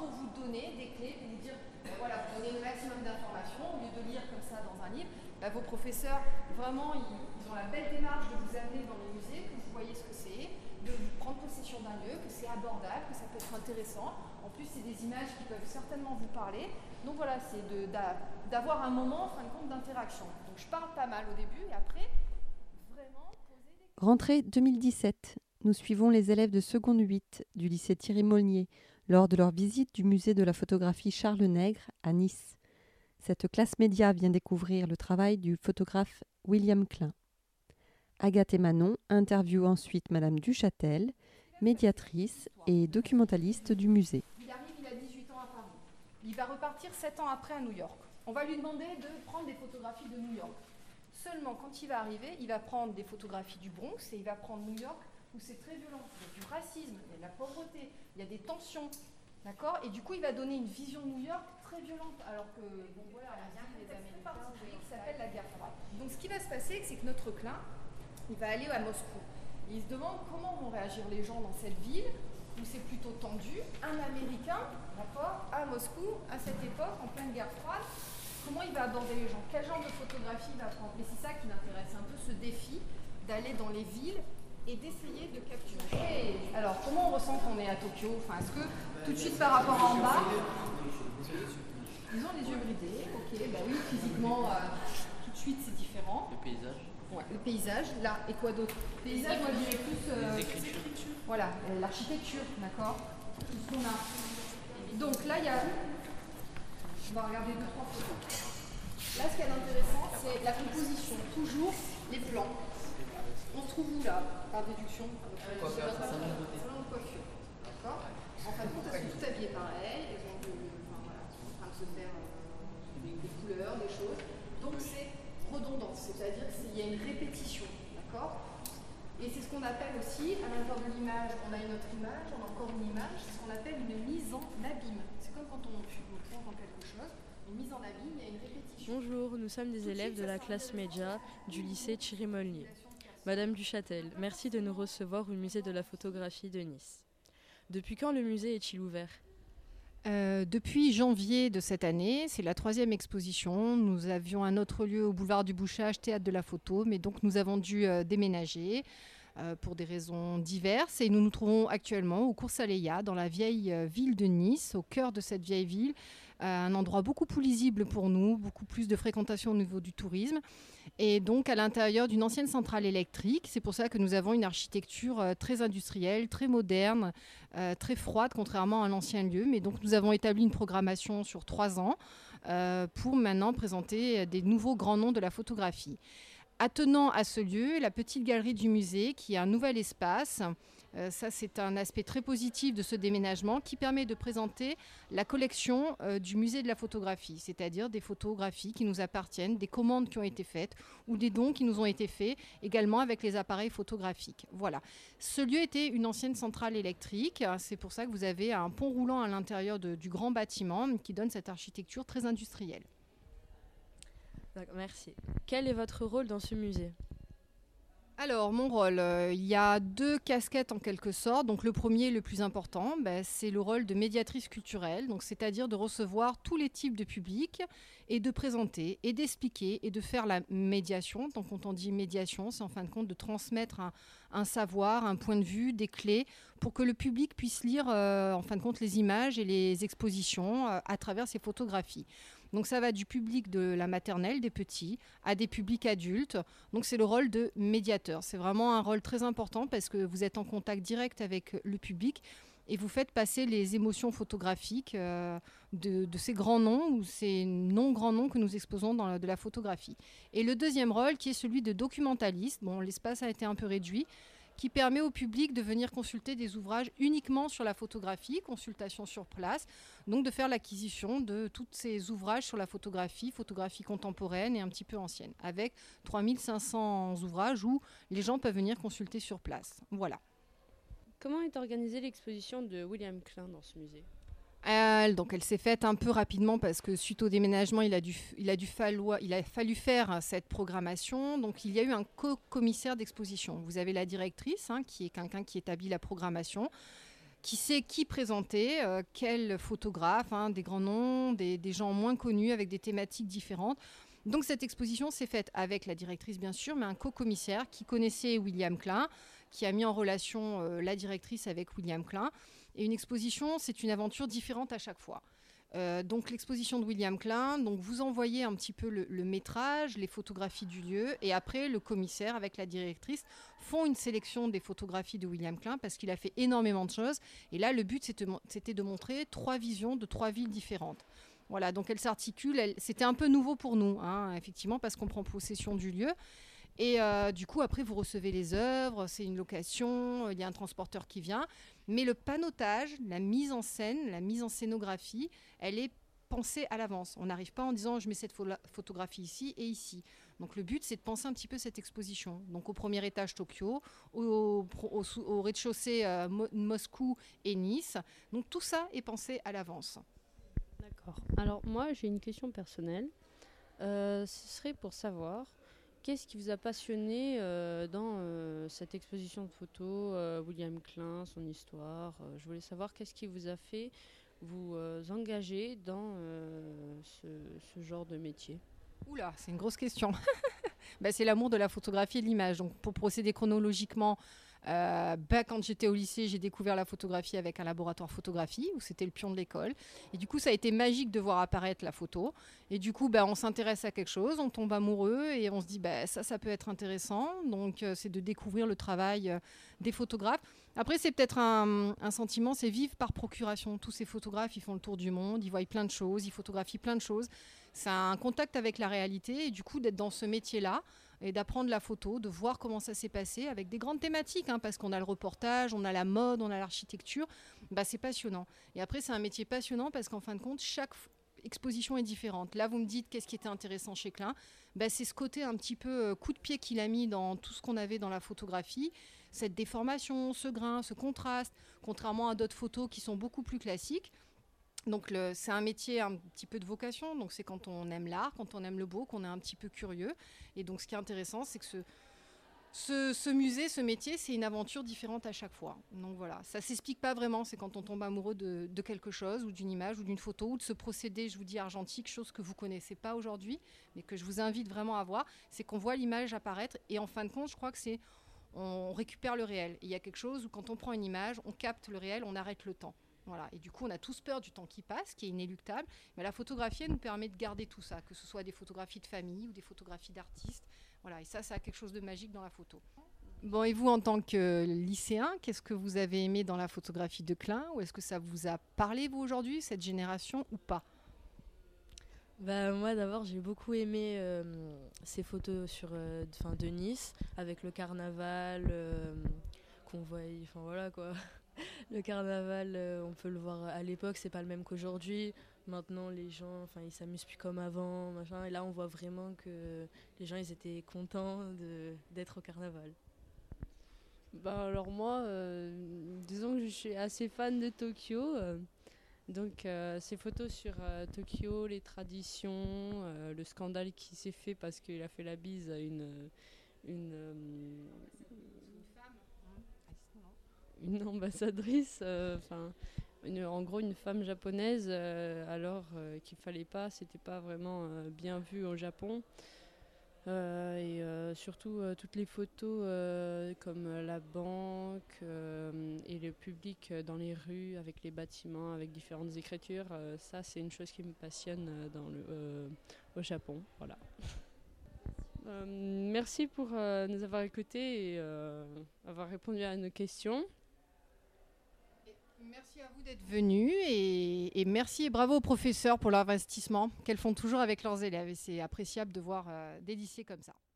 pour vous donner des clés, pour vous dire, voilà, vous donnez le maximum d'informations, au lieu de lire comme ça dans un livre. Vos professeurs, vraiment, ils ont la belle démarche de vous amener dans les musées, que vous voyez ce que c'est, de prendre possession d'un lieu, que c'est abordable, que ça peut être intéressant. En plus, c'est des images qui peuvent certainement vous parler. Donc voilà, c'est d'avoir un moment, en fin de compte, d'interaction. Donc je parle pas mal au début et après, vraiment poser des... Rentrée 2017. Nous suivons les élèves de seconde 8 du lycée Thierry-Molnier lors de leur visite du musée de la photographie Charles Nègre à Nice. Cette classe média vient découvrir le travail du photographe William Klein. Agathe et Manon interviewent ensuite Madame Duchâtel, médiatrice et documentaliste du musée. Il arrive, il a 18 ans à Paris. Il va repartir 7 ans après à New York. On va lui demander de prendre des photographies de New York. Seulement, quand il va arriver, il va prendre des photographies du Bronx et il va prendre New York où c'est très violent. Il y a du racisme, il y a de la pauvreté, il y a des tensions. D'accord. Et du coup, il va donner une vision de New York très violente. Alors que, bon voilà, il y a un contexte très particulier qui s'appelle la guerre froide. Donc ce qui va se passer, c'est que notre Klein, il va aller à Moscou. Et il se demande comment vont réagir les gens dans cette ville où c'est plutôt tendu. Un Américain, d'accord, à Moscou, à cette époque, en pleine guerre froide, comment il va aborder les gens? Quel genre de photographie il va prendre? Et c'est ça qui m'intéresse un peu, ce défi d'aller dans les villes et d'essayer de capturer. Alors, comment on ressent qu'on est à Tokyo? Enfin, est-ce que tout de suite par rapport à en bas, ils ont les yeux bridés, ok, bah oui, physiquement, tout de suite c'est différent. Le paysage. Ouais, le paysage, là, et quoi d'autre? Paysage, moi je dirais plus. Les écritures. Voilà, l'architecture, d'accord? Tout ce qu'on a. Donc là, il y a. On va regarder 2-3 photos. Là, ce qui est intéressant, c'est la composition. Toujours les plans. On se trouve où là, par déduction? Salon de coiffure. D'accord? En fin de compte, elles sont toutes habillées pareil. Elles ont voilà, en train de se faire des couleurs, des choses. Donc c'est redondant, c'est-à-dire qu'il y a une répétition. D'accord? Et c'est ce qu'on appelle aussi, à l'intérieur de l'image, on a une autre image, on a encore une image, c'est ce qu'on appelle une mise en abîme. C'est comme quand on plonge dans quelque chose, une mise en abîme, il y a une répétition. Bonjour, nous sommes des élèves de la classe média du lycée Thierry-Molnier. Madame Duchâtel, merci de nous recevoir au musée de la photographie de Nice. Depuis quand le musée est-il ouvert ? Depuis janvier de cette année, c'est la 3e exposition. Nous avions un autre lieu au boulevard du Bouchage, théâtre de la photo, mais donc nous avons dû déménager pour des raisons diverses. Et nous nous trouvons actuellement au Cours Saleya, dans la vieille ville de Nice, au cœur de cette vieille ville. Un endroit beaucoup plus lisible pour nous, beaucoup plus de fréquentation au niveau du tourisme. Et donc à l'intérieur d'une ancienne centrale électrique. C'est pour ça que nous avons une architecture très industrielle, très moderne, très froide, contrairement à l'ancien lieu. Mais donc nous avons établi une programmation sur 3 ans pour maintenant présenter des nouveaux grands noms de la photographie. Attenant à ce lieu, la petite galerie du musée, qui est un nouvel espace. Ça, c'est un aspect très positif de ce déménagement qui permet de présenter la collection du musée de la photographie, c'est-à-dire des photographies qui nous appartiennent, des commandes qui ont été faites ou des dons qui nous ont été faits également avec les appareils photographiques. Voilà. Ce lieu était une ancienne centrale électrique. C'est pour ça que vous avez un pont roulant à l'intérieur du grand bâtiment qui donne cette architecture très industrielle. D'accord, merci. Quel est votre rôle dans ce musée ? Alors, mon rôle, il y a 2 casquettes en quelque sorte. Donc, le premier, le plus important, c'est le rôle de médiatrice culturelle, donc c'est-à-dire de recevoir tous les types de publics et de présenter et d'expliquer et de faire la médiation. Donc, quand on dit médiation, c'est en fin de compte de transmettre un savoir, un point de vue, des clés pour que le public puisse lire en fin de compte les images et les expositions à travers ces photographies. Donc ça va du public de la maternelle, des petits, à des publics adultes. Donc c'est le rôle de médiateur. C'est vraiment un rôle très important parce que vous êtes en contact direct avec le public et vous faites passer les émotions photographiques de ces grands noms ou ces non-grands noms que nous exposons dans de la photographie. Et le deuxième rôle qui est celui de documentaliste. Bon, l'espace a été un peu réduit, qui permet au public de venir consulter des ouvrages uniquement sur la photographie, consultation sur place, donc de faire l'acquisition de tous ces ouvrages sur la photographie contemporaine et un petit peu ancienne, avec 3500 ouvrages où les gens peuvent venir consulter sur place. Voilà. Comment est organisée l'exposition de William Klein dans ce musée ? Donc elle s'est faite un peu rapidement parce que suite au déménagement, il a fallu faire cette programmation. Donc il y a eu un co-commissaire d'exposition. Vous avez la directrice, qui est quelqu'un qui établit la programmation, qui sait qui présenter, quel photographe, des grands noms, des gens moins connus avec des thématiques différentes. Donc cette exposition s'est faite avec la directrice bien sûr, mais un co-commissaire qui connaissait William Klein, qui a mis en relation la directrice avec William Klein. Et une exposition, c'est une aventure différente à chaque fois. Donc l'exposition de William Klein, donc vous envoyez un petit peu le métrage, les photographies du lieu, et après le commissaire avec la directrice font une sélection des photographies de William Klein parce qu'il a fait énormément de choses. Et là, le but, c'était de montrer 3 visions de 3 villes différentes. Voilà, donc elle s'articule. C'était un peu nouveau pour nous, effectivement, parce qu'on prend possession du lieu. Et du coup, après, vous recevez les œuvres, c'est une location, il y a un transporteur qui vient. Mais le panotage, la mise en scène, la mise en scénographie, elle est pensée à l'avance. On n'arrive pas en disant je mets cette photographie ici et ici. Donc le but, c'est de penser un petit peu cette exposition. Donc au premier étage, Tokyo, au rez-de-chaussée, Moscou et Nice. Donc tout ça est pensé à l'avance. D'accord. Alors moi, j'ai une question personnelle. Ce serait pour savoir... Qu'est-ce qui vous a passionné dans cette exposition de photos, William Klein, son histoire Je voulais savoir qu'est-ce qui vous a fait vous engager dans ce genre de métier. Oula, c'est une grosse question. C'est l'amour de la photographie et de l'image. Donc, pour procéder chronologiquement, quand j'étais au lycée, j'ai découvert la photographie avec un laboratoire photographie où c'était le pion de l'école. Et du coup, ça a été magique de voir apparaître la photo. Et du coup, on s'intéresse à quelque chose, on tombe amoureux et on se dit ça peut être intéressant. Donc, c'est de découvrir le travail des photographes. Après, c'est peut-être un sentiment, c'est vivre par procuration. Tous ces photographes, ils font le tour du monde, ils voient plein de choses, ils photographient plein de choses. C'est un contact avec la réalité et du coup, d'être dans ce métier-là, et d'apprendre la photo, de voir comment ça s'est passé avec des grandes thématiques, parce qu'on a le reportage, on a la mode, on a l'architecture, c'est passionnant. Et après, c'est un métier passionnant parce qu'en fin de compte, chaque exposition est différente. Là, vous me dites qu'est-ce qui était intéressant chez Klein, c'est ce côté un petit peu coup de pied qu'il a mis dans tout ce qu'on avait dans la photographie, cette déformation, ce grain, ce contraste, contrairement à d'autres photos qui sont beaucoup plus classiques. Donc c'est un métier un petit peu de vocation, donc c'est quand on aime l'art, quand on aime le beau, qu'on est un petit peu curieux. Et donc ce qui est intéressant, c'est que ce musée, ce métier, c'est une aventure différente à chaque fois. Donc voilà, ça ne s'explique pas vraiment, c'est quand on tombe amoureux de quelque chose, ou d'une image, ou d'une photo, ou de ce procédé, je vous dis argentique, chose que vous ne connaissez pas aujourd'hui, mais que je vous invite vraiment à voir, c'est qu'on voit l'image apparaître, et en fin de compte, je crois que on récupère le réel. Et il y a quelque chose où quand on prend une image, on capte le réel, on arrête le temps. Voilà. Et du coup, on a tous peur du temps qui passe, qui est inéluctable. Mais la photographie, elle nous permet de garder tout ça, que ce soit des photographies de famille ou des photographies d'artistes. Voilà. Et ça a quelque chose de magique dans la photo. Bon, et vous, en tant que lycéen, qu'est-ce que vous avez aimé dans la photographie de Klein? Ou est-ce que ça vous a parlé, vous, aujourd'hui, cette génération, ou pas? Moi, d'abord, j'ai beaucoup aimé ces photos de Nice, avec le carnaval qu'on voit. Enfin, voilà, quoi. Le carnaval, on peut le voir à l'époque, c'est pas le même qu'aujourd'hui. Maintenant, les gens, ils s'amusent plus comme avant, machin. Et là, on voit vraiment que les gens, ils étaient contents d'être au carnaval. Alors moi, disons que je suis assez fan de Tokyo. Donc ces photos sur Tokyo, les traditions, le scandale qui s'est fait parce qu'il a fait la bise à une ambassadrice, en gros une femme japonaise, alors qu'il fallait pas, c'était pas vraiment bien vu au Japon. Et surtout toutes les photos comme la banque et le public dans les rues avec les bâtiments, avec différentes écritures, ça c'est une chose qui me passionne au Japon. Voilà. Merci pour nous avoir écoutés et avoir répondu à nos questions. Merci à vous d'être venus et merci et bravo aux professeurs pour leur investissement qu'elles font toujours avec leurs élèves. Et c'est appréciable de voir des lycées comme ça.